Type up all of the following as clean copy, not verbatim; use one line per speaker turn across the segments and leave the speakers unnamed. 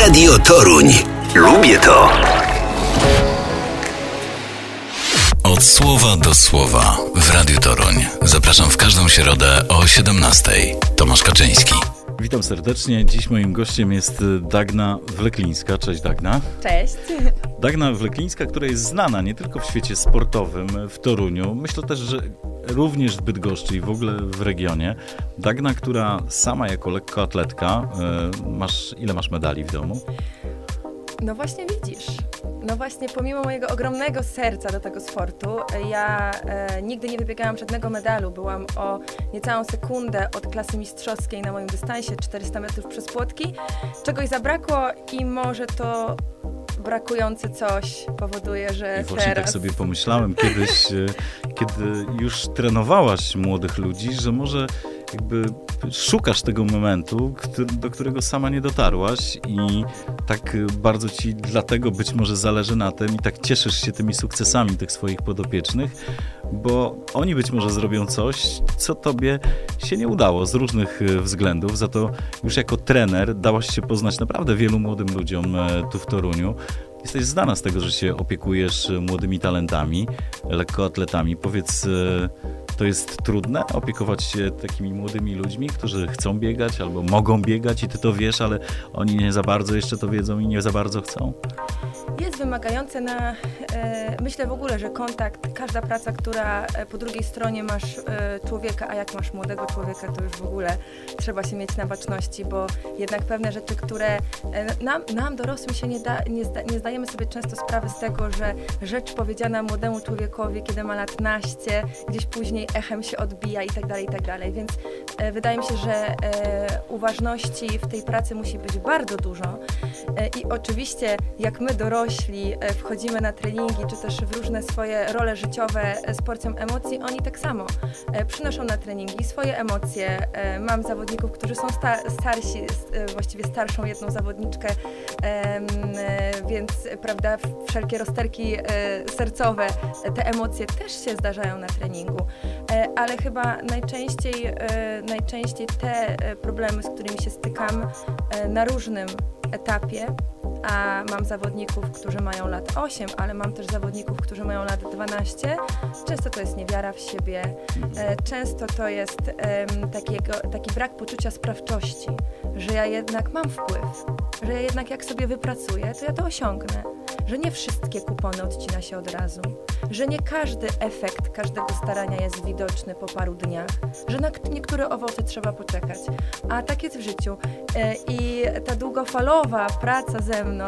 Radio Toruń. Lubię to. Od słowa do słowa w Radiu Toruń. Zapraszam w każdą środę o 17:00. Tomasz Kaczyński.
Witam serdecznie. Dziś moim gościem jest Dagna Wleklińska. Cześć Dagna.
Cześć.
Dagna Wleklińska, która jest znana nie tylko w świecie sportowym w Toruniu, myślę też, że również w Bydgoszczy i w ogóle w regionie. Dagna, która sama jako lekkoatletka, ile masz medali w domu?
No właśnie widzisz. No właśnie pomimo mojego ogromnego serca do tego sportu, ja nigdy nie wybiegałam żadnego medalu. Byłam o niecałą sekundę od klasy mistrzowskiej na moim dystansie 400 metrów przez płotki. Czegoś zabrakło i może to brakujące coś powoduje, że
I właśnie
teraz...
tak sobie pomyślałem kiedyś, kiedy już trenowałaś młodych ludzi, że może jakby szukasz tego momentu, do którego sama nie dotarłaś i tak bardzo ci dlatego być może zależy na tym i tak cieszysz się tymi sukcesami tych swoich podopiecznych, bo oni być może zrobią coś, co tobie się nie udało z różnych względów, za to już jako trener dałaś się poznać naprawdę wielu młodym ludziom tu w Toruniu. Jesteś znana z tego, że się opiekujesz młodymi talentami, lekkoatletami. Powiedz, to jest trudne opiekować się takimi młodymi ludźmi, którzy chcą biegać albo mogą biegać i ty to wiesz, ale oni nie za bardzo jeszcze to wiedzą i nie za bardzo chcą?
Jest wymagające myślę w ogóle, że kontakt, każda praca, która po drugiej stronie masz człowieka, a jak masz młodego człowieka, to już w ogóle trzeba się mieć na baczności, bo jednak pewne rzeczy, które nam dorosłym się nie zdajemy sobie często sprawy z tego, że rzecz powiedziana młodemu człowiekowi, kiedy ma lat naście, gdzieś później echem się odbija i tak dalej, więc wydaje mi się, że uważności w tej pracy musi być bardzo dużo i oczywiście jak my dorośli wchodzimy na treningi, czy też w różne swoje role życiowe z porcją emocji, oni tak samo przynoszą na treningi swoje emocje. Mam zawodników, którzy są starsi, właściwie starszą jedną zawodniczkę, więc prawda, wszelkie rozterki sercowe, te emocje też się zdarzają na treningu, ale chyba najczęściej te problemy, z którymi się stykam na różnym etapie, a mam zawodników, którzy mają lat 8, ale mam też zawodników, którzy mają lat 12. Często to jest niewiara w siebie, często to jest taki brak poczucia sprawczości, że ja jednak mam wpływ, że ja jednak jak sobie wypracuję, to ja to osiągnę, że nie wszystkie kupony odcina się od razu, że nie każdy efekt każdego starania jest widoczny po paru dniach, że na niektóre owoce trzeba poczekać, a tak jest w życiu i ta długofalowa praca ze mną,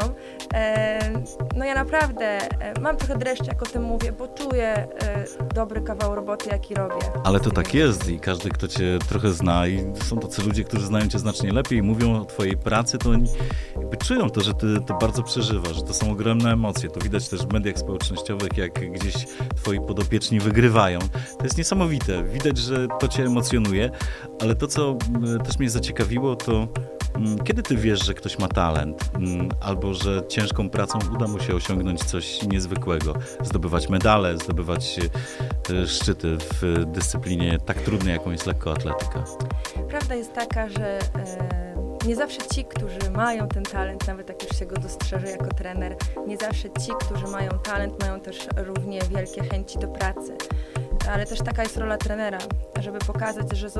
no ja naprawdę mam trochę dreszcz, jak o tym mówię, bo czuję dobry kawał roboty, jaki robię.
Ale to tak jest i każdy, kto cię trochę zna i są tacy ludzie, którzy znają cię znacznie lepiej i mówią o twojej pracy, to oni jakby czują to, że ty to bardzo przeżywasz, że to są ogromne emocje. To widać też w mediach społecznościowych, jak gdzieś twoi podopieczni wygrywają. To jest niesamowite. Widać, że to cię emocjonuje, ale to, co też mnie zaciekawiło, to kiedy ty wiesz, że ktoś ma talent albo że ciężką pracą uda mu się osiągnąć coś niezwykłego, zdobywać medale, zdobywać szczyty w dyscyplinie tak trudnej, jaką jest lekkoatletyka?
Prawda jest taka, że nie zawsze ci, którzy mają ten talent, nawet jak już się go dostrzeże jako trener, nie zawsze ci, którzy mają talent, mają też równie wielkie chęci do pracy. Ale też taka jest rola trenera, żeby pokazać, że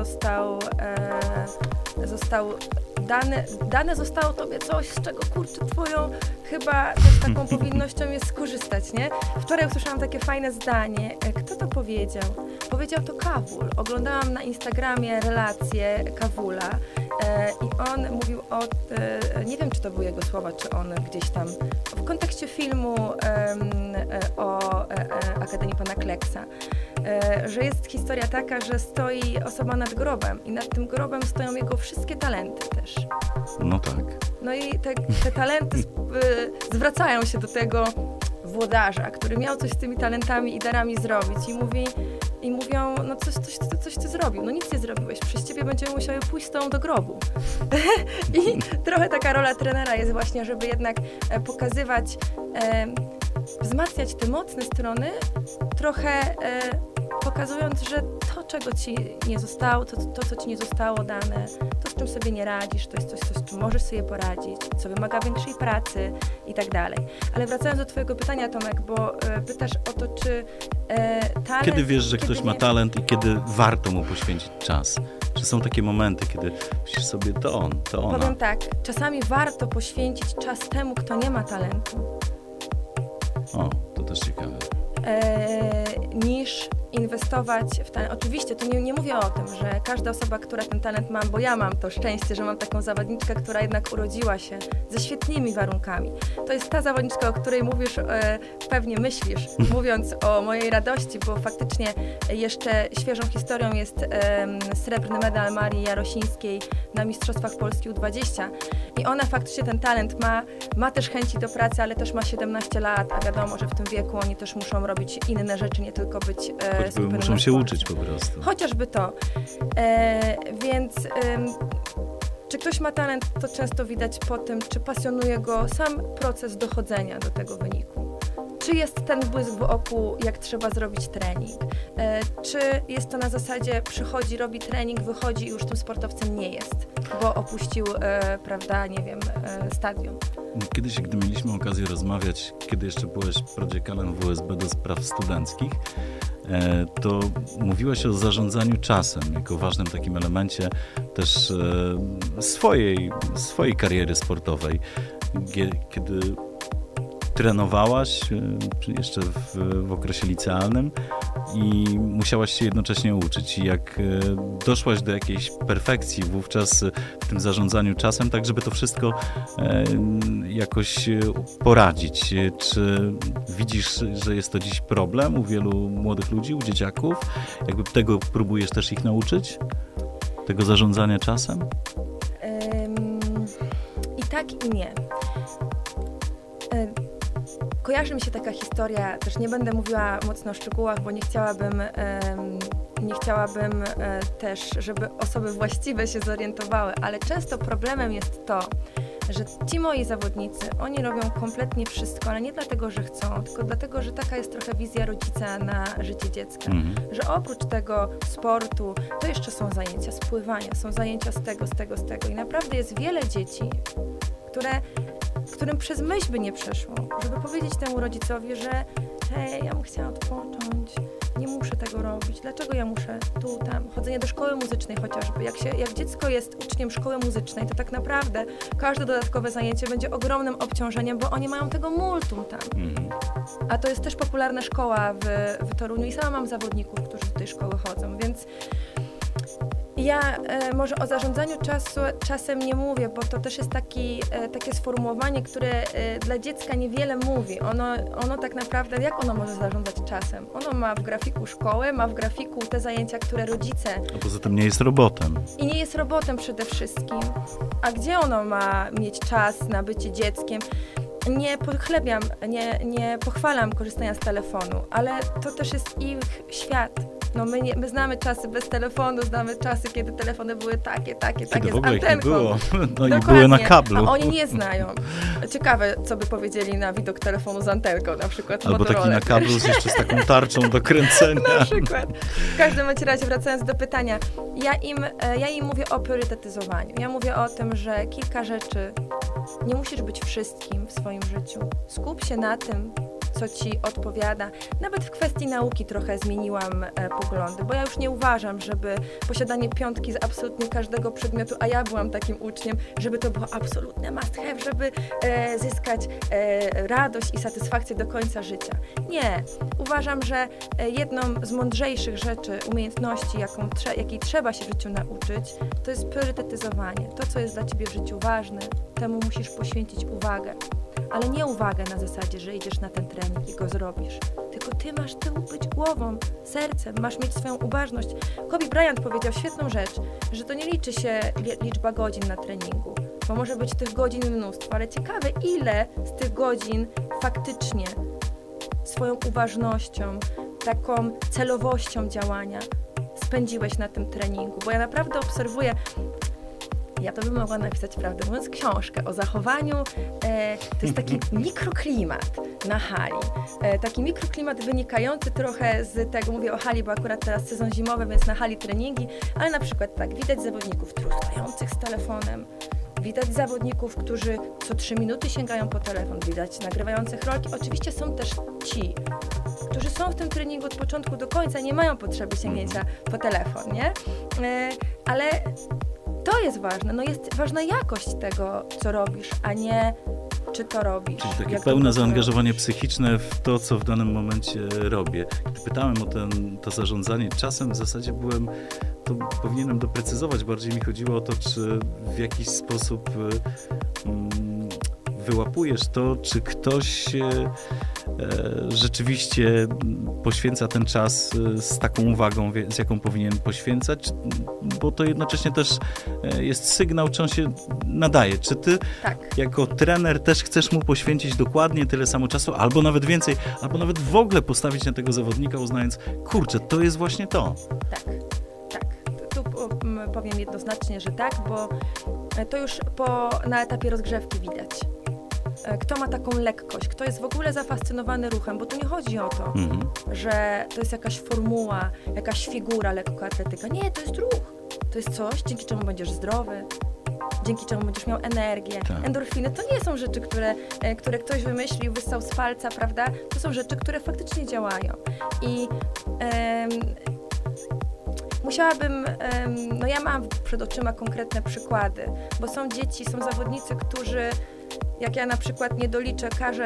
dane zostało tobie coś, z czego kurczę twoją chyba też taką powinnością jest skorzystać, nie? Wczoraj usłyszałam takie fajne zdanie. Kto to powiedział? Powiedział to Kawul. Oglądałam na Instagramie relację Kawula i on mówił nie wiem, czy to były jego słowa, czy on gdzieś tam w kontekście filmu o Akademii Pana Kleksa, że jest historia taka, że stoi osoba nad grobem i nad tym grobem stoją jego wszystkie talenty też.
No tak.
No i te talenty zwracają się do tego włodarza, który miał coś z tymi talentami i darami zrobić i mówią, no coś ty zrobił, no nic nie zrobiłeś, przez ciebie będziemy musiały pójść z tobą do grobu. I trochę taka rola trenera jest właśnie, żeby jednak pokazywać, wzmacniać te mocne strony, trochę pokazując, że to, czego ci nie zostało, to, co ci nie zostało dane, to, z czym sobie nie radzisz, to jest coś, z czym możesz sobie poradzić, co wymaga większej pracy i tak dalej. Ale wracając do twojego pytania, Tomek, bo pytasz o to, czy talent...
Kiedy wiesz, że ktoś ma talent i kiedy warto mu poświęcić czas? Czy są takie momenty, kiedy myślisz sobie, to on, to ona?
Powiem tak, czasami warto poświęcić czas temu, kto nie ma talentu.
O, to też ciekawe.
Niż inwestować w talent. Oczywiście, tu nie mówię o tym, że każda osoba, która ten talent ma, bo ja mam to szczęście, że mam taką zawodniczkę, która jednak urodziła się ze świetnymi warunkami. To jest ta zawodniczka, o której mówisz, pewnie myślisz, mówiąc o mojej radości, bo faktycznie jeszcze świeżą historią jest srebrny medal Marii Jarosińskiej na Mistrzostwach Polski U20 i ona faktycznie ten talent ma też chęci do pracy, ale też ma 17 lat, a wiadomo, że w tym wieku oni też muszą robić inne rzeczy, nie tylko być
muszą się uczyć po prostu.
Chociażby to. Więc czy ktoś ma talent, to często widać po tym, czy pasjonuje go sam proces dochodzenia do tego wyniku. Czy jest ten błysk w oku, jak trzeba zrobić trening? Czy jest to na zasadzie przychodzi, robi trening, wychodzi i już tym sportowcem nie jest, bo opuścił, prawda, nie wiem, stadion.
Kiedyś, gdy mieliśmy okazję rozmawiać, kiedy jeszcze byłeś prodziekanem WSB do spraw studenckich, to mówiłaś o zarządzaniu czasem jako ważnym takim elemencie też swojej kariery sportowej. Kiedy trenowałaś jeszcze w okresie licealnym i musiałaś się jednocześnie uczyć. I jak doszłaś do jakiejś perfekcji wówczas w tym zarządzaniu czasem, tak żeby to wszystko jakoś poradzić. Czy widzisz, że jest to dziś problem u wielu młodych ludzi, u dzieciaków? Jakby tego próbujesz też ich nauczyć? Tego zarządzania czasem?
I tak, i nie. Kojarzy mi się taka historia, też nie będę mówiła mocno o szczegółach, bo nie chciałabym też, żeby osoby właściwe się zorientowały, ale często problemem jest to, że ci moi zawodnicy, oni robią kompletnie wszystko, ale nie dlatego, że chcą, tylko dlatego, że taka jest trochę wizja rodzica na życie dziecka. Że oprócz tego sportu, to jeszcze są zajęcia z pływania, są zajęcia z tego. I naprawdę jest wiele dzieci, którym przez myśl by nie przeszło, żeby powiedzieć temu rodzicowi, że hej, ja bym chciała odpocząć, nie muszę tego robić, dlaczego ja muszę tu, tam, chodzenie do szkoły muzycznej chociażby. Jak dziecko jest uczniem szkoły muzycznej, to tak naprawdę każde dodatkowe zajęcie będzie ogromnym obciążeniem, bo oni mają tego multum tam. A to jest też popularna szkoła w Toruniu i sama mam zawodników, którzy do tej szkoły chodzą, więc ja może o zarządzaniu czasem nie mówię, bo to też jest takie sformułowanie, które dla dziecka niewiele mówi. Ono tak naprawdę, jak ono może zarządzać czasem? Ono ma w grafiku szkołę, ma w grafiku te zajęcia, które rodzice...
A poza tym nie jest robotem.
I nie jest robotem przede wszystkim. A gdzie ono ma mieć czas na bycie dzieckiem? Nie pochlebiam, nie pochwalam korzystania z telefonu, ale to też jest ich świat. No my znamy czasy bez telefonu, znamy czasy, kiedy telefony były takie
kiedy
z
w ogóle
antenką.
Ich nie było. No
dokładnie.
I były na kablu.
A oni nie znają. Ciekawe, co by powiedzieli na widok telefonu z antenką, na przykład
albo
Motorola.
Taki na kablu z jeszcze z taką tarczą do kręcenia.
Na przykład. W każdym razie, wracając do pytania, ja im mówię o priorytetyzowaniu. Ja mówię o tym, że kilka rzeczy, nie musisz być wszystkim w swoim życiu. Skup się na tym, co ci odpowiada. Nawet w kwestii nauki trochę zmieniłam poglądy, bo ja już nie uważam, żeby posiadanie 5 z absolutnie każdego przedmiotu, a ja byłam takim uczniem, żeby to było absolutne must have, żeby zyskać radość i satysfakcję do końca życia. Nie. Uważam, że jedną z mądrzejszych rzeczy, umiejętności, jakiej trzeba się w życiu nauczyć, to jest priorytetyzowanie. To, co jest dla ciebie w życiu ważne, temu musisz poświęcić uwagę. Ale nie uwagę na zasadzie, że idziesz na ten trening i go zrobisz. Tylko ty masz tył być głową, sercem, masz mieć swoją uważność. Kobe Bryant powiedział świetną rzecz, że to nie liczy się liczba godzin na treningu, bo może być tych godzin mnóstwo, ale ciekawe, ile z tych godzin faktycznie swoją uważnością, taką celowością działania spędziłeś na tym treningu. Bo ja naprawdę obserwuję, Ja to bym mogła napisać, prawdę mówiąc, książkę o zachowaniu. To jest taki mikroklimat na hali. Taki mikroklimat wynikający trochę z tego, mówię o hali, bo akurat teraz sezon zimowy, więc na hali treningi, ale na przykład tak, widać zawodników truskających z telefonem, widać zawodników, którzy co 3 minuty sięgają po telefon, widać nagrywających rolki. Oczywiście są też ci, którzy są w tym treningu od początku do końca, nie mają potrzeby sięgnięcia po telefon, nie? Ale to jest ważne, no jest ważna jakość tego, co robisz, a nie czy to robisz.
Czyli takie pełne zaangażowanie psychiczne w to, co w danym momencie robię. Gdy pytałem o to zarządzanie czasem, w zasadzie to powinienem doprecyzować. Bardziej mi chodziło o to, czy w jakiś sposób wyłapujesz to, czy ktoś rzeczywiście poświęca ten czas z taką uwagą, z jaką powinien poświęcać, bo to jednocześnie też jest sygnał, czy on się nadaje. Czy ty jako trener też chcesz mu poświęcić dokładnie tyle samo czasu, albo nawet więcej, albo nawet w ogóle postawić na tego zawodnika, uznając, kurczę, to jest właśnie to.
Tak. Tu powiem jednoznacznie, że tak, bo to już na etapie rozgrzewki widać. Kto ma taką lekkość, kto jest w ogóle zafascynowany ruchem, bo tu nie chodzi o to, że to jest jakaś formuła, jakaś figura lekkoatletyka. Nie, to jest ruch. To jest coś, dzięki czemu będziesz zdrowy, dzięki czemu będziesz miał energię. Tak. Endorfiny to nie są rzeczy, które ktoś wymyślił, wyssał z palca, prawda? To są rzeczy, które faktycznie działają. I musiałabym, ja mam przed oczyma konkretne przykłady, bo są dzieci, są zawodnicy, którzy jak ja na przykład nie doliczę,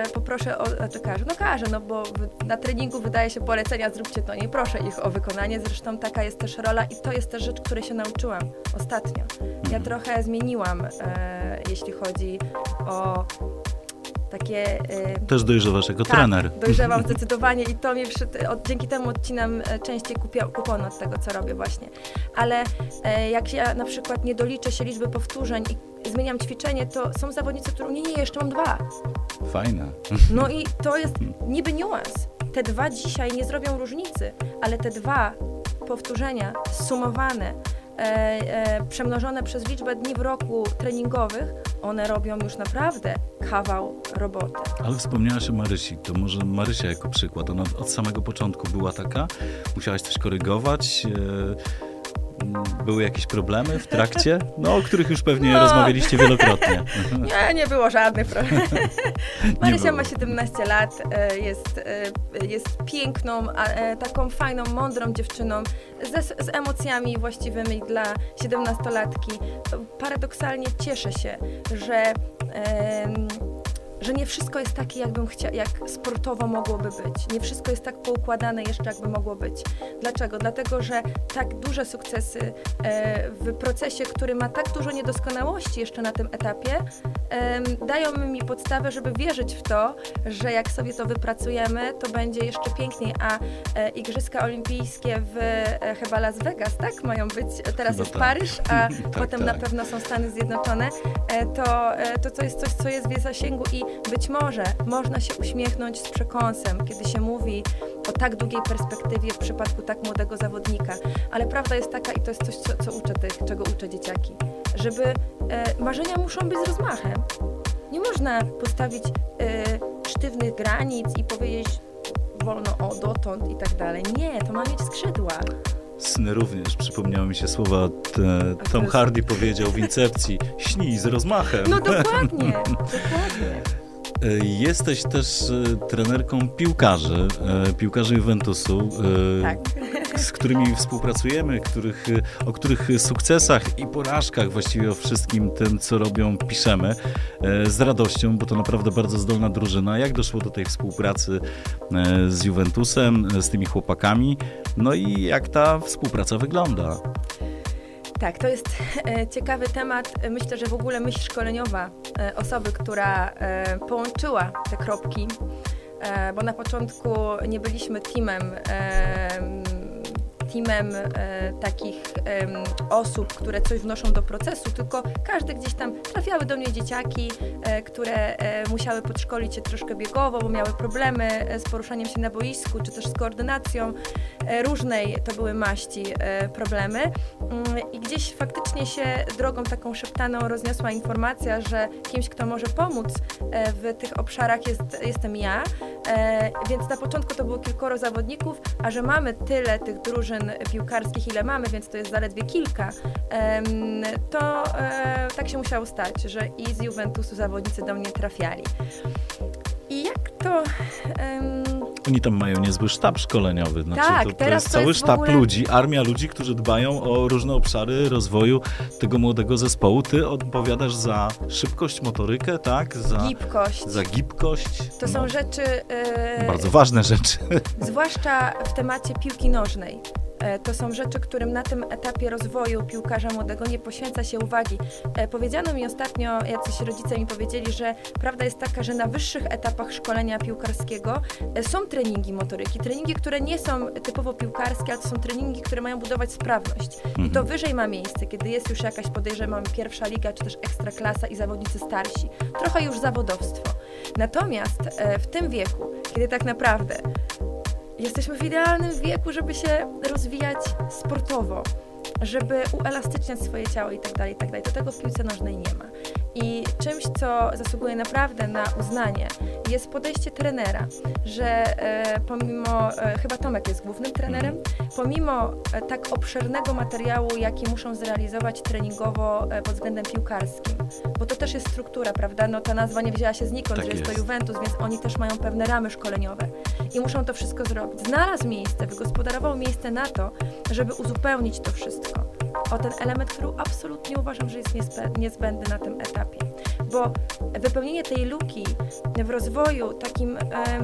każę, bo na treningu wydaje się polecenia, zróbcie to, nie proszę ich o wykonanie, zresztą taka jest też rola i to jest też rzecz, której się nauczyłam ostatnio. Ja trochę zmieniłam, jeśli chodzi o takie...
Też dojrzewasz jako trener.
Dojrzewam zdecydowanie i to mnie dzięki temu odcinam częściej kupon od tego, co robię właśnie. Ale jak ja na przykład nie doliczę się liczby powtórzeń i zmieniam ćwiczenie, to są zawodnicy, którzy nie, jeszcze mam 2.
Fajne.
No i to jest niby niuans. Te 2 dzisiaj nie zrobią różnicy, ale te 2 powtórzenia sumowane, przemnożone przez liczbę dni w roku treningowych, one robią już naprawdę kawał roboty.
Ale wspomniałaś o Marysi, to może Marysia jako przykład. Ona od samego początku była taka? Musiałaś coś korygować? Były jakieś problemy w trakcie? O których już pewnie rozmawialiście wielokrotnie.
Nie było żadnych problemów. Marysia ma 17 lat, jest piękną, taką fajną, mądrą dziewczyną, z emocjami właściwymi dla 17-latki. Paradoksalnie cieszę się, że nie wszystko jest takie, jak sportowo mogłoby być. Nie wszystko jest tak poukładane jeszcze, jakby mogło być. Dlaczego? Dlatego, że tak duże sukcesy w procesie, który ma tak dużo niedoskonałości jeszcze na tym etapie, dają mi podstawę, żeby wierzyć w to, że jak sobie to wypracujemy, to będzie jeszcze piękniej, a Igrzyska Olimpijskie chyba Las Vegas, tak? Mają być, teraz jest Paryż, a potem na pewno są Stany Zjednoczone. To jest coś, co jest w zasięgu i być może można się uśmiechnąć z przekąsem, kiedy się mówi o tak długiej perspektywie w przypadku tak młodego zawodnika. Ale prawda jest taka, i to jest coś, czego uczę dzieciaki, żeby marzenia muszą być z rozmachem. Nie można postawić sztywnych granic i powiedzieć wolno dotąd i tak dalej. Nie, to ma mieć skrzydła.
Sny również. Przypomniały mi się słowa, Tom Hardy powiedział w Incepcji, śnij z rozmachem.
No dokładnie.
Jesteś też trenerką piłkarzy Juventusu, z którymi współpracujemy, o których sukcesach i porażkach, właściwie o wszystkim tym, co robią, piszemy z radością, bo to naprawdę bardzo zdolna drużyna. Jak doszło do tej współpracy z Juventusem, z tymi chłopakami? No i jak ta współpraca wygląda?
Tak, to jest ciekawy temat. Myślę, że w ogóle myśl szkoleniowa osoby, która połączyła te kropki, bo na początku nie byliśmy teamem takich osób, które coś wnoszą do procesu, tylko każdy gdzieś tam trafiały do mnie dzieciaki, które musiały podszkolić się troszkę biegowo, bo miały problemy z poruszaniem się na boisku, czy też z koordynacją. różnej to były maści problemy i gdzieś faktycznie się drogą taką szeptaną rozniosła informacja, że kimś, kto może pomóc w tych obszarach jestem ja, więc na początku to było kilkoro zawodników, a że mamy tyle tych drużyn piłkarskich, ile mamy, więc to jest zaledwie kilka, to tak się musiało stać, że i z Juventusu zawodnicy do mnie trafiali. I jak to...
Oni tam mają niezły sztab szkoleniowy. Znaczy,
tak,
to jest cały sztab ludzi, armia ludzi, którzy dbają o różne obszary rozwoju tego młodego zespołu. Ty odpowiadasz za szybkość, motorykę, tak? Za gibkość.
To są rzeczy...
bardzo ważne rzeczy.
Zwłaszcza w temacie piłki nożnej. To są rzeczy, którym na tym etapie rozwoju piłkarza młodego nie poświęca się uwagi. Powiedziano mi ostatnio, jacyś rodzice mi powiedzieli, że prawda jest taka, że na wyższych etapach szkolenia piłkarskiego są treningi motoryki, treningi, które nie są typowo piłkarskie, ale to są treningi, które mają budować sprawność. I to wyżej ma miejsce, kiedy jest już jakaś, podejrzewam, pierwsza liga, czy też ekstraklasa i zawodnicy starsi. Trochę już zawodowstwo. Natomiast w tym wieku, kiedy tak naprawdę jesteśmy w idealnym wieku, żeby się rozwijać sportowo, żeby uelastyczniać swoje ciało i tak dalej, to tego w piłce nożnej nie ma. I czymś, co zasługuje naprawdę na uznanie, jest podejście trenera, że pomimo, chyba Tomek jest głównym trenerem, pomimo tak obszernego materiału, jaki muszą zrealizować treningowo pod względem piłkarskim, bo to też jest struktura, prawda? No ta nazwa nie wzięła się znikąd, tak że jest to Juventus, więc oni też mają pewne ramy szkoleniowe i muszą to wszystko zrobić. Znalazł miejsce, wygospodarował miejsce na to, żeby uzupełnić to wszystko o ten element, który absolutnie uważam, że jest niezbędny na tym etapie. Bo wypełnienie tej luki w rozwoju takim,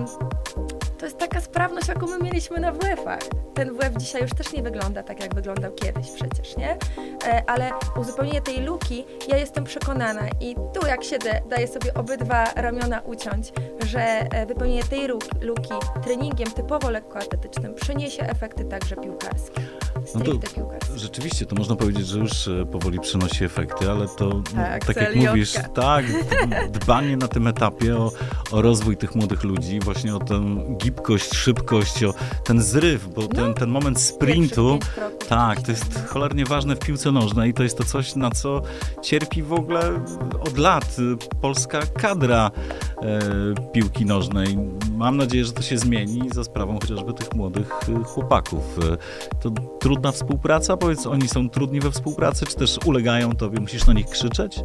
to jest taka sprawność, jaką my mieliśmy na WF-ach. Ten WF dzisiaj już też nie wygląda tak, jak wyglądał kiedyś przecież, nie? Ale uzupełnienie tej luki, ja jestem przekonana i tu jak siedzę, daję sobie obydwa ramiona uciąć, że wypełnienie tej luki treningiem typowo lekkoatletycznym przyniesie efekty także piłkarskie.
No to rzeczywiście, to można powiedzieć, że już powoli przynosi efekty, ale to tak jak mówisz, tak, dbanie na tym etapie o rozwój tych młodych ludzi, właśnie o tę gibkość, szybkość, o ten zryw, bo ten moment sprintu, tak, to jest cholernie ważne w piłce nożnej i to jest to coś, na co cierpi w ogóle od lat polska kadra piłki nożnej. Mam nadzieję, że to się zmieni za sprawą chociażby tych młodych chłopaków. To trudna współpraca? Powiedz, oni są trudni we współpracy, czy też ulegają tobie? Musisz na nich krzyczeć?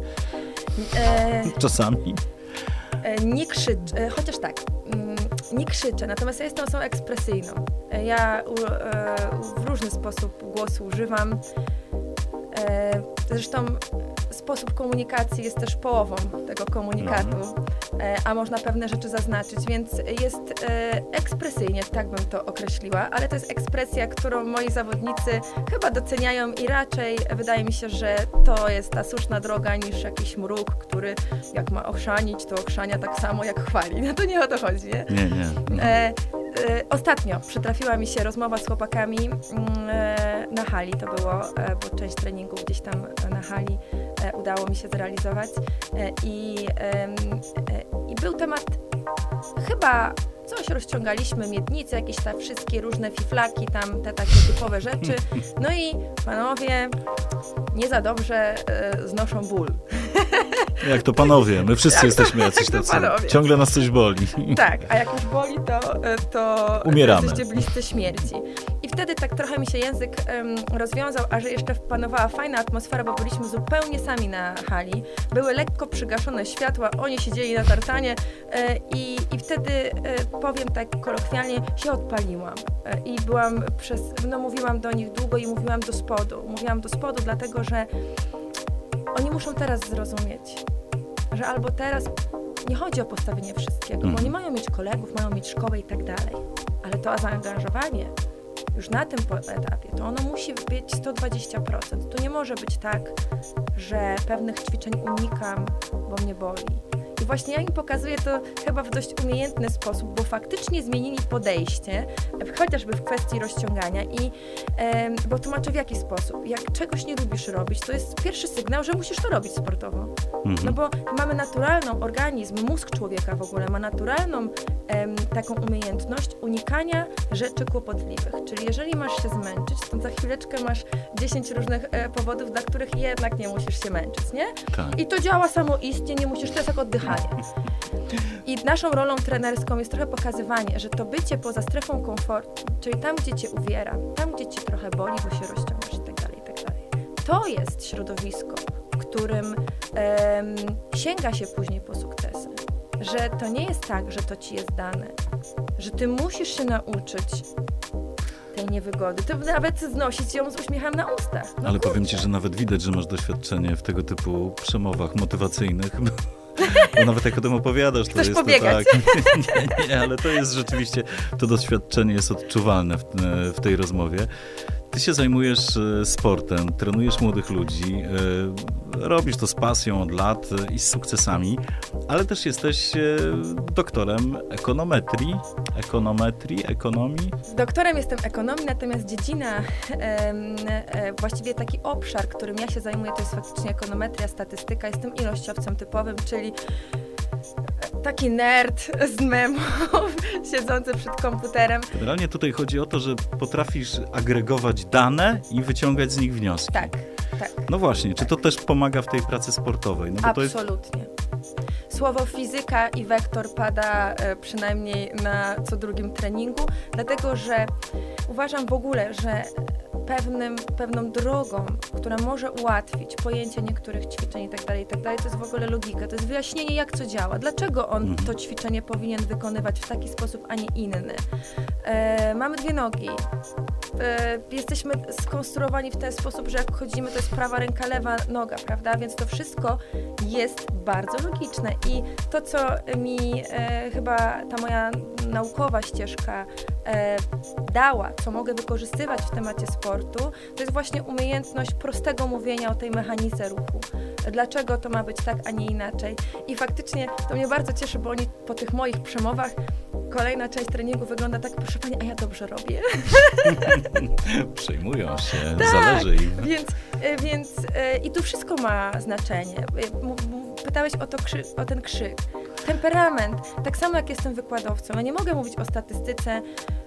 Czasami?
Nie krzyczę, chociaż tak, nie krzyczę, natomiast ja jestem osobą ekspresyjną. Ja w różny sposób głosu używam. Zresztą sposób komunikacji jest też połową tego komunikatu, a można pewne rzeczy zaznaczyć, więc jest ekspresyjnie, tak bym to określiła, ale to jest ekspresja, którą moi zawodnicy chyba doceniają i raczej wydaje mi się, że to jest ta słuszna droga niż jakiś mruk, który jak ma ochrzanić, to ochrzania tak samo jak chwali. No to nie o to chodzi, nie?
Nie.
Ostatnio przytrafiła mi się rozmowa z chłopakami na hali, to było, bo część treningów gdzieś tam na hali udało mi się zrealizować i był temat, chyba coś rozciągaliśmy, miednice, jakieś tam wszystkie różne fiflaki, tam te takie typowe rzeczy, no i panowie nie za dobrze znoszą ból.
Jak to panowie, my wszyscy jesteśmy jacyś tacy. Ciągle nas coś boli.
Tak, a jak już boli, to
umieramy.
Jesteście bliscy śmierci. I wtedy tak trochę mi się język rozwiązał, a że jeszcze panowała fajna atmosfera, bo byliśmy zupełnie sami na hali. Były lekko przygaszone światła, oni siedzieli na tartanie i wtedy, powiem tak kolokwialnie, się odpaliłam. I byłam mówiłam do nich długo i mówiłam do spodu. Mówiłam do spodu, dlatego że oni muszą teraz zrozumieć, że albo teraz nie chodzi o postawienie wszystkiego, bo oni mają mieć kolegów, mają mieć szkołę i tak dalej, ale to zaangażowanie już na tym etapie, to ono musi być 120%. Tu nie może być tak, że pewnych ćwiczeń unikam, bo mnie boli. I właśnie ja im pokazuję to chyba w dość umiejętny sposób, bo faktycznie zmienili podejście, chociażby w kwestii rozciągania bo tłumaczę w jaki sposób. Jak czegoś nie lubisz robić, to jest pierwszy sygnał, że musisz to robić sportowo. No bo mamy naturalną, organizm, mózg człowieka w ogóle ma naturalną taką umiejętność unikania rzeczy kłopotliwych. Czyli jeżeli masz się zmęczyć, to za chwileczkę masz 10 różnych powodów, dla których jednak nie musisz się męczyć, nie?
Tak.
I to działa samoistnie, nie musisz, to jest jak oddychanie. I naszą rolą trenerską jest trochę pokazywanie, że to bycie poza strefą komfortu, czyli tam, gdzie cię uwiera, tam, gdzie cię trochę boli, bo się rozciągasz i tak dalej, to jest środowisko, w którym sięga się później po sukcesy. Że to nie jest tak, że to ci jest dane, że ty musisz się nauczyć tej niewygody. Ty nawet znosić ją z uśmiechem na ustach. No
ale powiem ci, że nawet widać, że masz doświadczenie w tego typu przemowach motywacyjnych. Bo nawet jak o tym opowiadasz, to jest
pobiegać.
To tak. Nie, ale to jest rzeczywiście, to doświadczenie jest odczuwalne w tej rozmowie. Ty się zajmujesz sportem, trenujesz młodych ludzi, robisz to z pasją od lat i z sukcesami, ale też jesteś doktorem ekonomii.
Doktorem jestem ekonomii, natomiast dziedzina, właściwie taki obszar, którym ja się zajmuję, to jest faktycznie ekonometria, statystyka. Jestem ilościowcem typowym, czyli taki nerd z memów, siedzący przed komputerem.
Generalnie tutaj chodzi o to, że potrafisz agregować dane i wyciągać z nich wnioski.
Tak.
No właśnie, czy to też pomaga w tej pracy sportowej? No bo
absolutnie. Słowo fizyka i wektor pada przynajmniej na co drugim treningu, dlatego że uważam w ogóle, że pewną drogą, która może ułatwić pojęcie niektórych ćwiczeń i tak dalej, to jest w ogóle logika, to jest wyjaśnienie, jak co działa, dlaczego on to ćwiczenie powinien wykonywać w taki sposób, a nie inny. Mamy dwie nogi. Jesteśmy skonstruowani w ten sposób, że jak chodzimy, to jest prawa ręka, lewa noga, prawda? Więc to wszystko jest bardzo logiczne i to, co mi chyba ta moja naukowa ścieżka dała, co mogę wykorzystywać w temacie sportu, to jest właśnie umiejętność prostego mówienia o tej mechanice ruchu. Dlaczego to ma być tak, a nie inaczej. I faktycznie to mnie bardzo cieszy, bo oni po tych moich przemowach kolejna część treningu wygląda tak, proszę pani, a ja dobrze robię.
Przejmują się,
tak,
zależy im.
Więc i tu wszystko ma znaczenie. Pytałeś o ten krzyk. Temperament. Tak samo jak jestem wykładowcą. Ja nie mogę mówić o statystyce,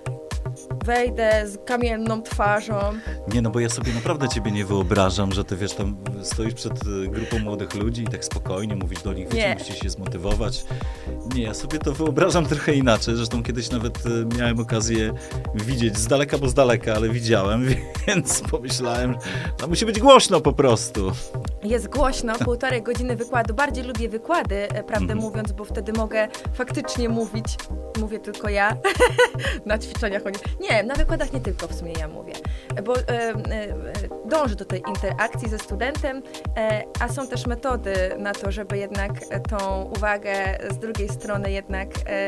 wejdę z kamienną twarzą.
Nie, no bo ja sobie naprawdę ciebie nie wyobrażam, że ty wiesz, tam stoisz przed grupą młodych ludzi i tak spokojnie mówisz do nich, wiecie, musicie się zmotywować. Nie, ja sobie to wyobrażam trochę inaczej. Zresztą kiedyś nawet miałem okazję widzieć z daleka, ale widziałem, więc pomyślałem, że no musi być głośno po prostu.
Jest głośno, 1,5 godziny wykładu. Bardziej lubię wykłady, prawdę mówiąc, bo wtedy mogę faktycznie mówić. Mówię tylko ja. Na ćwiczeniach nie, na wykładach nie tylko w sumie ja mówię, bo dążę do tej interakcji ze studentem, a są też metody na to, żeby jednak tą uwagę z drugiej strony jednak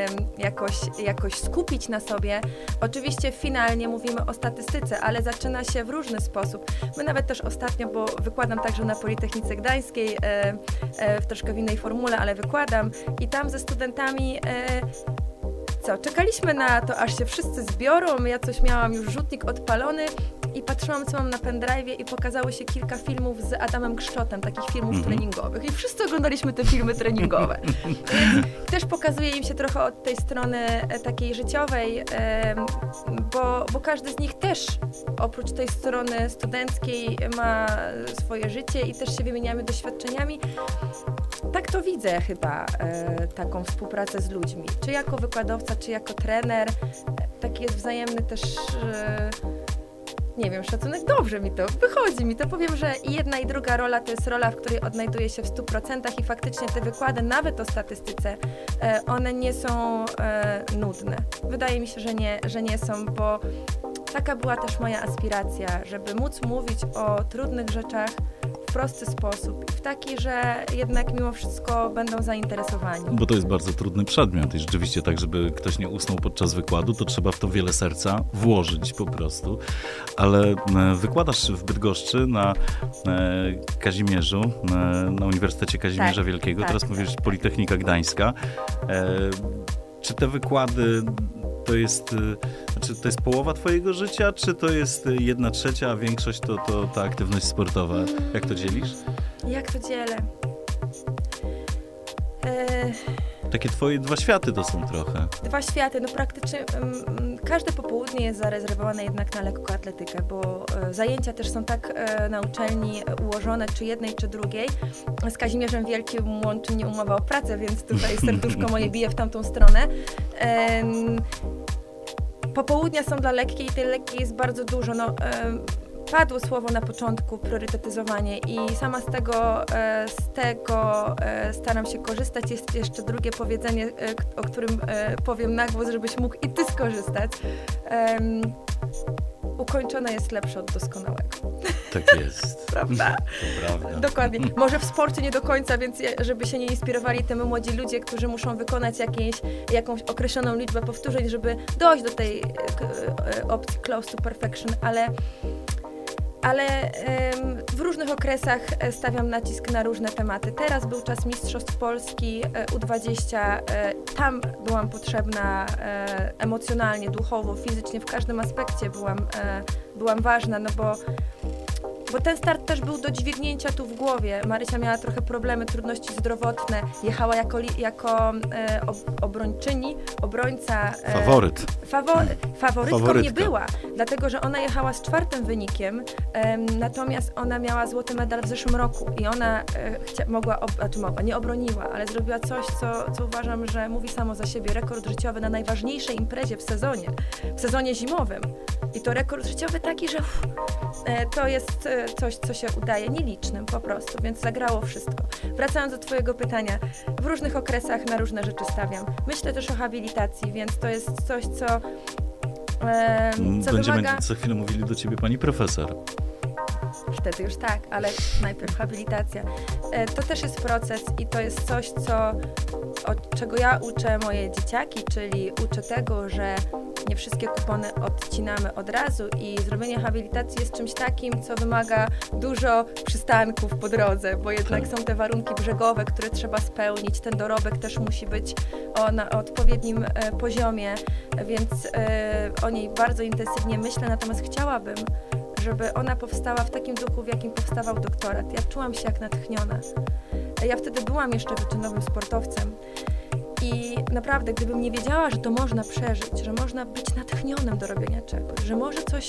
jakoś skupić na sobie. Oczywiście finalnie mówimy o statystyce, ale zaczyna się w różny sposób. My nawet też ostatnio, bo wykładam także na Politechnice Gdańskiej, w troszkę w innej formule, ale wykładam i tam ze studentami czekaliśmy na to, aż się wszyscy zbiorą, ja coś miałam już rzutnik odpalony i patrzyłam, co mam na pendrive'ie i pokazało się kilka filmów z Adamem Krzczotem, takich filmów treningowych i wszyscy oglądaliśmy te filmy treningowe. Więc też pokazuje im się trochę od tej strony takiej życiowej, bo każdy z nich też oprócz tej strony studenckiej ma swoje życie i też się wymieniamy doświadczeniami. Tak to widzę chyba, taką współpracę z ludźmi, czy jako wykładowca, czy jako trener, taki jest wzajemny też, nie wiem, szacunek, dobrze mi to, wychodzi mi to, powiem, że i jedna i druga rola to jest rola, w której odnajduję się w 100% i faktycznie te wykłady, nawet o statystyce, one nie są nudne. Wydaje mi się, że nie są, bo taka była też moja aspiracja, żeby móc mówić o trudnych rzeczach prosty sposób. W taki, że jednak mimo wszystko będą zainteresowani.
Bo to jest bardzo trudny przedmiot i rzeczywiście tak, żeby ktoś nie usnął podczas wykładu, to trzeba w to wiele serca włożyć po prostu. Ale wykładasz w Bydgoszczy na Kazimierzu, na Uniwersytecie Kazimierza Wielkiego. Teraz mówisz Politechnika Gdańska. Czy te wykłady to jest połowa twojego życia, czy to jest 1/3, a większość to ta aktywność sportowa? Jak to dzielisz?
Jak to dzielę?
Takie twoje dwa światy to są trochę.
Dwa światy, no praktycznie każde popołudnie jest zarezerwowane jednak na lekkoatletykę, bo zajęcia też są tak na uczelni ułożone, czy jednej, czy drugiej. Z Kazimierzem Wielkim łączy mnie umowa o pracę, więc tutaj serduszko moje bije w tamtą stronę. Popołudnia są dla lekkiej i tej lekkiej jest bardzo dużo. Padło słowo na początku, priorytetyzowanie i sama z tego staram się korzystać. Jest jeszcze drugie powiedzenie, o którym powiem na głos, żebyś mógł i ty skorzystać. Ukończone jest lepsze od doskonałego.
Tak jest.
Prawda?
To prawda.
Dokładnie. Może w sporcie nie do końca, więc żeby się nie inspirowali tym młodzi ludzie, którzy muszą wykonać jakąś określoną liczbę powtórzeń, żeby dojść do tej opcji close to perfection, ale w różnych okresach stawiam nacisk na różne tematy. Teraz był czas Mistrzostw Polski U20. Tam byłam potrzebna emocjonalnie, duchowo, fizycznie, w każdym aspekcie byłam ważna, no bo ten start też był do dźwignięcia tu w głowie. Marysia miała trochę problemy, trudności zdrowotne. Jechała jako obrończyni, obrońca. Faworytką nie była, dlatego że ona jechała z 4. wynikiem, natomiast ona miała złoty medal w zeszłym roku i ona nie obroniła, ale zrobiła coś, co uważam, że mówi samo za siebie. Rekord życiowy na najważniejszej imprezie w sezonie zimowym. I to rekord życiowy taki, że to jest coś, co się udaje nielicznym po prostu, więc zagrało wszystko. Wracając do twojego pytania, w różnych okresach na różne rzeczy stawiam. Myślę też o habilitacji, więc to jest coś, co
Będziemy za chwilę mówili do ciebie pani profesor.
Wtedy już tak, ale najpierw habilitacja. To też jest proces i to jest coś, czego ja uczę moje dzieciaki, czyli uczę tego, że nie wszystkie kupony odcinamy od razu i zrobienie habilitacji jest czymś takim, co wymaga dużo przystanków po drodze, bo jednak są te warunki brzegowe, które trzeba spełnić, ten dorobek też musi być na odpowiednim poziomie, więc o niej bardzo intensywnie myślę, natomiast chciałabym, żeby ona powstała w takim duchu, w jakim powstawał doktorat. Ja czułam się jak natchniona. Ja wtedy byłam jeszcze wyczynowym sportowcem i naprawdę, gdybym nie wiedziała, że to można przeżyć, że można być natchnionym do robienia czegoś, że może coś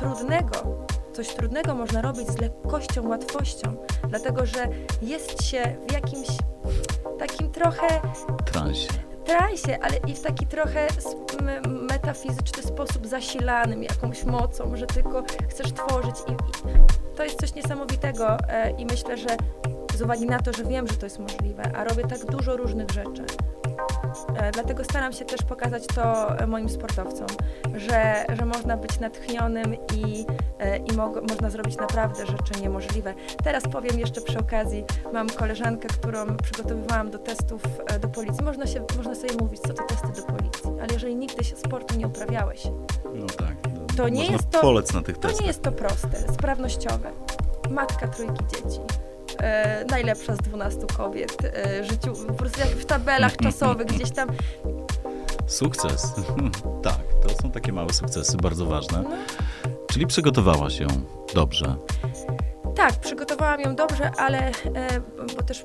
trudnego można robić z lekkością, łatwością, dlatego, że jest się w jakimś takim trochę transie, ale i w taki trochę metafizyczny sposób zasilanym jakąś mocą, że tylko chcesz tworzyć i to jest coś niesamowitego i myślę, że z uwagi na to, że wiem, że to jest możliwe, a robię tak dużo różnych rzeczy, dlatego staram się też pokazać to moim sportowcom, że można być natchnionym i można zrobić naprawdę rzeczy niemożliwe. Teraz powiem jeszcze przy okazji, mam koleżankę, którą przygotowywałam do testów do policji. Można sobie mówić, co to testy do policji, ale jeżeli nigdy się sportu nie uprawiałeś,
no tak,
to nie jest to,
polec na tych testach.
To nie jest to proste, sprawnościowe. Matka 3 dzieci. Najlepsza z 12 kobiet, życiu, po prostu jak w tabelach czasowych gdzieś tam.
Sukces. Tak, to są takie małe sukcesy, bardzo ważne. No. Czyli przygotowałaś ją dobrze.
Tak, przygotowałam ją dobrze, ale bo też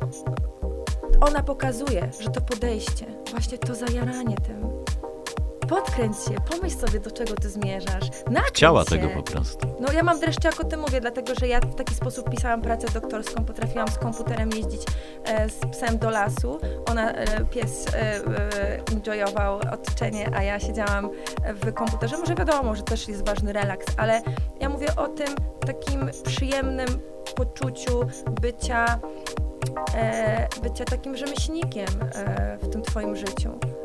ona pokazuje, że to podejście, właśnie to zajaranie tym. Podkręć się, pomyśl sobie, do czego ty zmierzasz.
Chciała tego po prostu.
No ja mam dreszcze, jak o tym mówię, dlatego, że ja w taki sposób pisałam pracę doktorską, potrafiłam z komputerem jeździć z psem do lasu. Pies enjoyował otoczenie, a ja siedziałam w komputerze. Może wiadomo, że też jest ważny relaks, ale ja mówię o tym takim przyjemnym poczuciu bycia takim rzemieślnikiem w tym twoim życiu.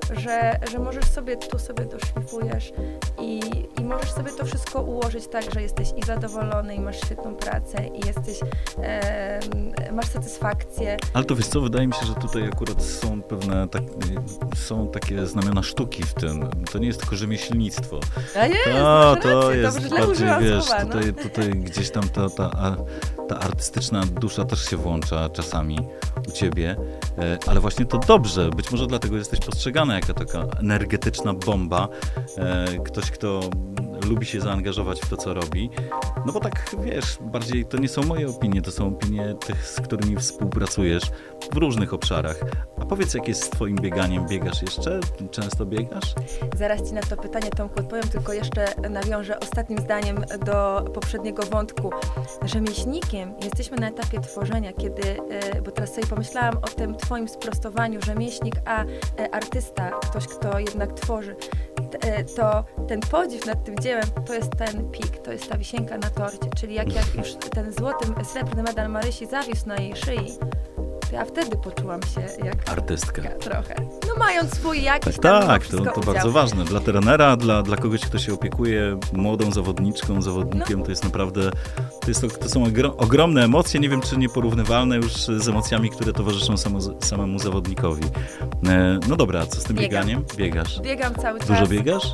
że możesz sobie, tu sobie doszlifujesz i możesz sobie to wszystko ułożyć tak, że jesteś i zadowolony, i masz świetną pracę, i jesteś, masz satysfakcję.
Ale to wiesz co, wydaje mi się, że tutaj akurat są pewne, są takie znamiona sztuki w tym. To nie jest tylko rzemieślnictwo.
A jest,
to jest
dobrze,
bardziej, wiesz,
słowa,
tutaj gdzieś tam ta artystyczna dusza też się włącza czasami u ciebie, ale właśnie to dobrze. Być może dlatego jesteś postrzegana jako taka energetyczna bomba. Ktoś, kto lubi się zaangażować w to, co robi. No bo tak, wiesz, bardziej to nie są moje opinie, to są opinie tych, z którymi współpracujesz w różnych obszarach. A powiedz, jak jest z twoim bieganiem? Biegasz jeszcze? Często biegasz?
Zaraz ci na to pytanie, Tomku, odpowiem, tylko jeszcze nawiążę ostatnim zdaniem do poprzedniego wątku. Rzemieślnikiem jesteśmy na etapie tworzenia, kiedy, bo teraz sobie pomyślałam o tym twoim sprostowaniu, rzemieślnik, a artysta, ktoś, kto jednak tworzy. To ten podziw nad tym dziełem, to jest ten pik, to jest ta wisienka na torcie, czyli jak już ten srebrny medal Marysi zawisł na jej szyi, to ja wtedy poczułam się jak
artystka.
Trochę. No mając swój jakiś tam
to bardzo ważne. Dla trenera, dla kogoś, kto się opiekuje młodą zawodniczką, zawodnikiem, to jest naprawdę, to są ogromne emocje, nie wiem, czy nieporównywalne już z emocjami, które towarzyszą samemu zawodnikowi. No dobra, co z tym bieganiem? Biegasz?
Biegam cały czas.
Dużo biegasz?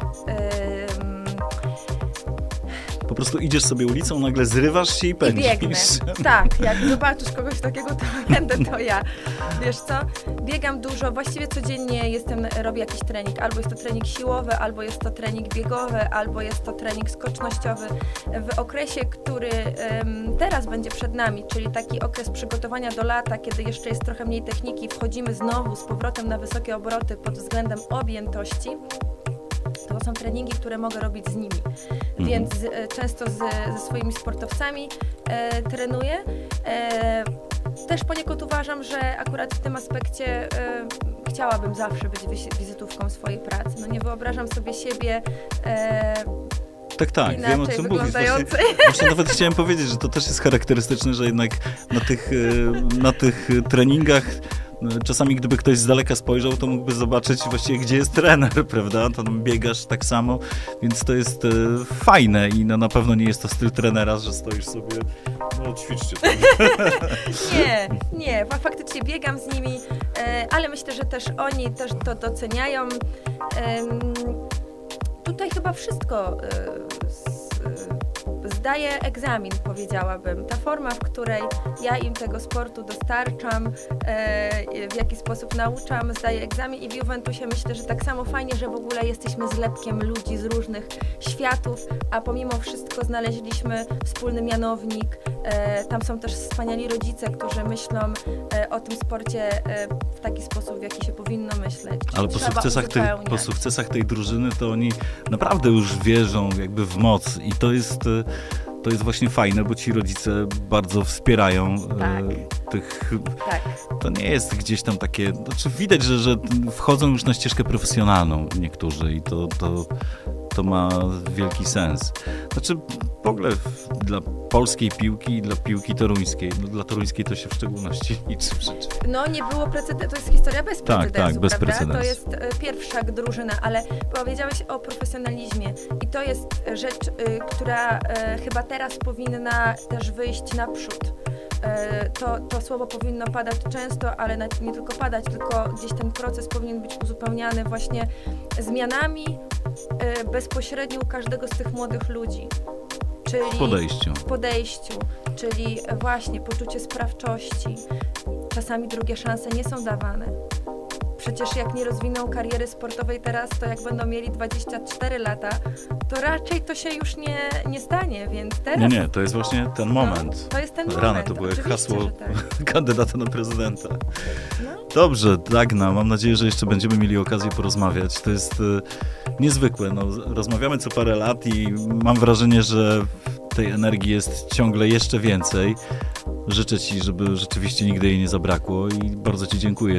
Po prostu idziesz sobie ulicą, nagle zrywasz się i pędzisz.
I biegnę. Tak, jak zobaczysz kogoś takiego, to będę to ja. Wiesz co? Biegam dużo, właściwie codziennie robię jakiś trening. Albo jest to trening siłowy, albo jest to trening biegowy, albo jest to trening skocznościowy. W okresie, który teraz będzie przed nami, czyli taki okres przygotowania do lata, kiedy jeszcze jest trochę mniej techniki, wchodzimy znowu z powrotem na wysokie obroty pod względem objętości. To są treningi, które mogę robić z nimi, więc często ze swoimi sportowcami trenuję. Też poniekąd uważam, że akurat w tym aspekcie chciałabym zawsze być wizytówką swojej pracy. No nie wyobrażam sobie siebie
tak, wiem, o czym mówisz. Właśnie nawet chciałem powiedzieć, że to też jest charakterystyczne, że jednak na tych treningach czasami, gdyby ktoś z daleka spojrzał, to mógłby zobaczyć właściwie, gdzie jest trener, prawda? Tam biegasz tak samo, więc to jest fajne i na pewno nie jest to styl trenera, że stoisz sobie, ćwiczcie to.
Nie, faktycznie biegam z nimi, ale myślę, że też oni też to doceniają. Tutaj chyba wszystko zdaję egzamin, powiedziałabym. Ta forma, w której ja im tego sportu dostarczam, w jaki sposób nauczam, zdaję egzamin i w Juventusie myślę, że tak samo fajnie, że w ogóle jesteśmy zlepkiem ludzi z różnych światów, a pomimo wszystko znaleźliśmy wspólny mianownik. Tam są też wspaniali rodzice, którzy myślą o tym sporcie w taki sposób, w jaki się powinno myśleć.
Ale po sukcesach tej drużyny to oni naprawdę już wierzą jakby w moc i to jest właśnie fajne, bo ci rodzice bardzo wspierają tych...
Tak.
To nie jest gdzieś tam takie... Znaczy widać, że wchodzą już na ścieżkę profesjonalną niektórzy i to ma wielki sens. Znaczy w ogóle dla polskiej piłki i dla piłki toruńskiej, dla toruńskiej to się w szczególności liczy przecież.
No nie było precedensu, to jest historia bez precedensu,
tak, bez
prawda?
precedensu.
To jest pierwsza drużyna, ale powiedziałeś o profesjonalizmie i to jest rzecz, która chyba teraz powinna też wyjść naprzód. To słowo powinno padać często, ale nie tylko padać, tylko gdzieś ten proces powinien być uzupełniany właśnie zmianami bezpośrednio u każdego z tych młodych ludzi. Czyli
w podejściu,
czyli właśnie poczucie sprawczości. Czasami drugie szanse nie są dawane. Przecież jak nie rozwiną kariery sportowej teraz, to jak będą mieli 24 lata, to raczej to się już nie stanie, więc teraz...
Nie, to jest właśnie ten moment.
To jest ten
moment. Rana, to było jak hasło kandydata na prezydenta. Dobrze, Dagna, mam nadzieję, że jeszcze będziemy mieli okazję porozmawiać. To jest niezwykłe. Rozmawiamy co parę lat i mam wrażenie, że tej energii jest ciągle jeszcze więcej. Życzę ci, żeby rzeczywiście nigdy jej nie zabrakło i bardzo ci dziękuję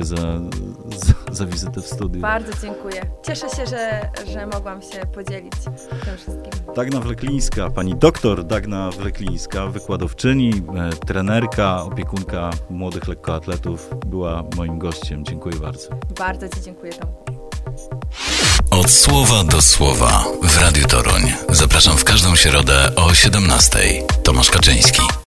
za wizytę w studiu.
Bardzo dziękuję. Cieszę się, że mogłam się podzielić tym wszystkim.
Dagna Wleklińska, pani doktor Dagna Wleklińska, wykładowczyni, trenerka, opiekunka młodych lekkoatletów była moim gościem. Dziękuję bardzo.
Bardzo ci dziękuję, Tomku.
Od słowa do słowa w Radiu Toruń. Zapraszam w każdą środę o 17:00. Tomasz Kaczyński.